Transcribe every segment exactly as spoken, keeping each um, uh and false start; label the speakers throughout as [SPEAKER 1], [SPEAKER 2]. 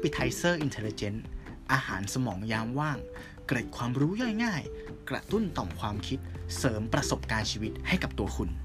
[SPEAKER 1] Appetizer Intelligence อาหารสมองยามว่างเกร็ดความรู้ย่อยง่ายกระตุ้นต่อมความคิดเสริมประสบการณ์ชีวิตให้กับตัวคุณ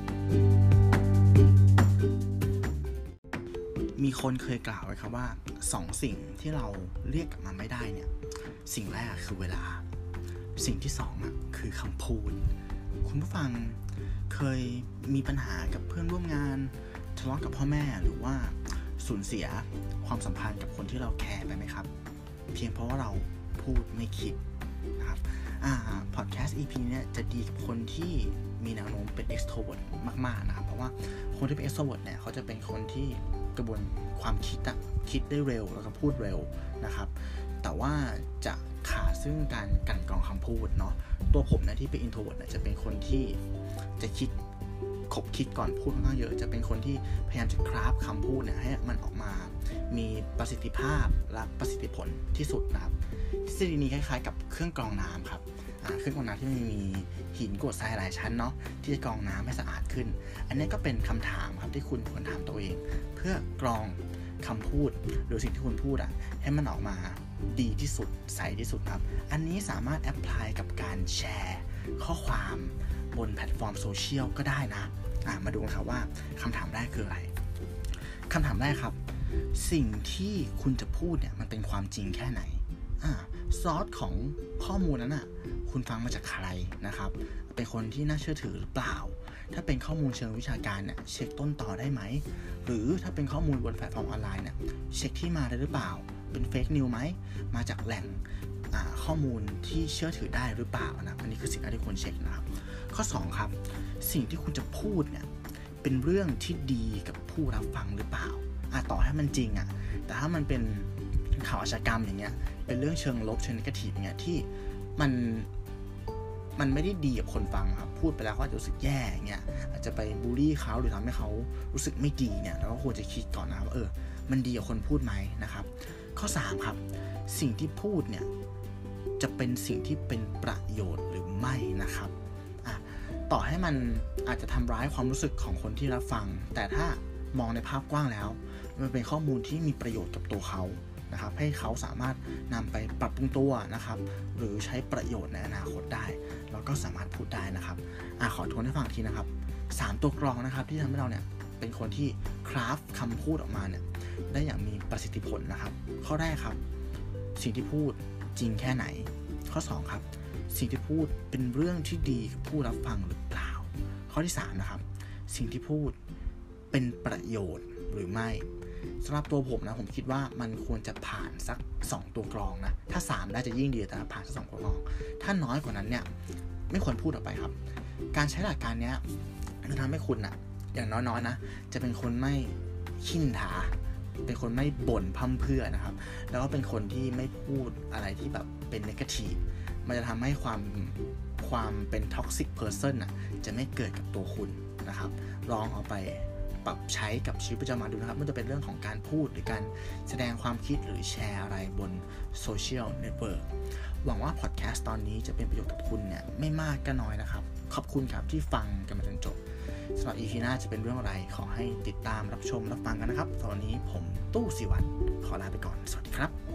[SPEAKER 1] มีคนเคยกล่าวไว้ครับว่าสองสิ่งที่เราเรียกกลับมาไม่ได้เนี่ยสิ่งแรกคือเวลาสิ่งที่สองอ่ะคือคำพูดคุณผู้ฟังเคยมีปัญหากับเพื่อนร่วมงานทะเลาะกับพ่อแม่หรือว่าสูญเสียความสัมพันธ์กับคนที่เราแคร์ไปไหมครับเพียงเพราะว่าเราพูดไม่คิดนะครับอ่าพอดแคสต์ อี พี เนี่ยจะดีกับคนที่มีแนวโน้มเป็น extrovert มากๆนะครับเพราะว่าคนที่เป็น extrovert เนี่ยเขาจะเป็นคนที่กระบวนความคิดอะคิดได้เร็วแล้วก็พูดเร็วนะครับแต่ว่าจะขาดซึ่งการกลั่นกรองคำพูดเนาะตัวผมนะที่เป็น introvert เนี่ยจะเป็นคนที่จะคิดคบคิดก่อนพูดค่อนข้างเยอะจะเป็นคนที่พยายามจะคราฟคำพูดเนี่ยให้มันออกมามีประสิทธิภาพและประสิทธิผลที่สุดนะครับทฤษฎีนี้คล้ายๆกับเครื่องกรองน้ำครับเครื่องกรองน้ำที่มันมีหินกรวดทรายหลายชั้นเนาะที่จะกรองน้ำให้สะอาดขึ้นอันนี้ก็เป็นคำถามครับที่คุณควรถามตัวเองเพื่อกรองคำพูดหรือสิ่งที่คุณพูดอ่ะให้มันออกมาดีที่สุดใสที่สุดครับอันนี้สามารถแอพพลายกับการแชร์ข้อความบนแพลตฟอร์มโซเชียลก็ได้นะอ่ะมาดูกันครับว่าคำถามแรกคืออะไรคำถามแรกครับสิ่งที่คุณจะพูดเนี่ยมันเป็นความจริงแค่ไหนอ่าซอสของข้อมูลนั้นอ่ะคุณฟังมาจากใครนะครับเป็นคนที่น่าเชื่อถือหรือเปล่าถ้าเป็นข้อมูลเชิงวิชาการเนี่ยเช็คต้นต่อได้ไหมหรือถ้าเป็นข้อมูลบนแพลตฟอร์มออนไลน์เนี่ยเช็คที่มาได้หรือเปล่าเป็นเฟคนิวไหมมาจากแหล่งข้อมูลที่เชื่อถือได้หรือเปล่านะอันนี้คือสิ่งที่ควรเช็คนะครับข้อสองครับสิ่งที่คุณจะพูดเนี่ยเป็นเรื่องที่ดีกับผู้รับฟังหรือเปล่าอ่ะต่อให้มันจริงอ่ะแต่ถ้ามันเป็นข่าวอาชญากรรมอย่างเงี้ยเป็นเรื่องเชิงลบเชิงนิเกทีฟอย่างเงี้ยที่มันมันไม่ได้ดีกับคนฟังครับพูดไปแล้วเขาจะรู้สึกแย่อย่างเงี้ยอาจจะไปบูลลี่เขาหรือทำให้เขารู้สึกไม่ดีเนี่ยเราก็ควรจะคิดก่อนนะครับว่าเออมันดีกับคนพูดไหมนะครับข้อสามครับสิ่งที่พูดเนี่ยจะเป็นสิ่งที่เป็นประโยชน์หรือไม่นะครับอ่ะต่อให้มันอาจจะทำร้ายความรู้สึกของคนที่รับฟังแต่ถ้ามองในภาพกว้างแล้วมันเป็นข้อมูลที่มีประโยชน์กับตัวเขานะครับให้เขาสามารถนำไปปรับปรุงตัวนะครับหรือใช้ประโยชน์ในอนาคตได้เราก็สามารถพูดได้นะครับอ่ะขอทวนให้ฟังทีนะครับสามตัวกรองนะครับที่ทำให้เราเนี่ยเป็นคนที่คราฟคำพูดออกมาเนี่ยได้อย่างมีประสิทธิผลนะครับข้อแรกครับสิ่งที่พูดจริงแค่ไหนข้อสองครับสิ่งที่พูดเป็นเรื่องที่ดีกับผู้รับฟังหรือเปล่าข้อที่สามนะครับสิ่งที่พูดเป็นประโยชน์หรือไม่สำหรับตัวผมนะผมคิดว่ามันควรจะผ่านสักสองตัวกรองนะถ้าสามได้จะยิ่งดีแต่ผ่านสักสองตัวกรองถ้าน้อยกว่านั้นเนี่ยไม่ควรพูดออกไปครับการใช้หลักการนี้จะทำให้คุณนะอย่างน้อยๆนะจะเป็นคนไม่ขิ้นถาเป็นคนไม่บ่นพร่ำเพรื่อนะครับแล้วก็เป็นคนที่ไม่พูดอะไรที่แบบเป็นเนกาทีฟมันจะทำให้ความความเป็นท็อกซิกเพอร์เซนน่ะจะไม่เกิดกับตัวคุณนะครับลองเอาไปปรับใช้กับชีวิตประจำวันดูนะครับไม่ว่าจะเป็นเรื่องของการพูดหรือการแสดงความคิดหรือแชร์อะไรบนโซเชียลเน็ตเวิร์กหวังว่าพอดแคสต์ตอนนี้จะเป็นประโยชน์กับคุณเนี่ยไม่มากก็น้อยนะครับขอบคุณครับที่ฟังกันมาจนจบสำหรับ อี พี หน้าจะเป็นเรื่องอะไรขอให้ติดตามรับชมรับฟังกันนะครับตอนนี้ผมตู้ศิวัตรขอลาไปก่อนสวัสดีครับ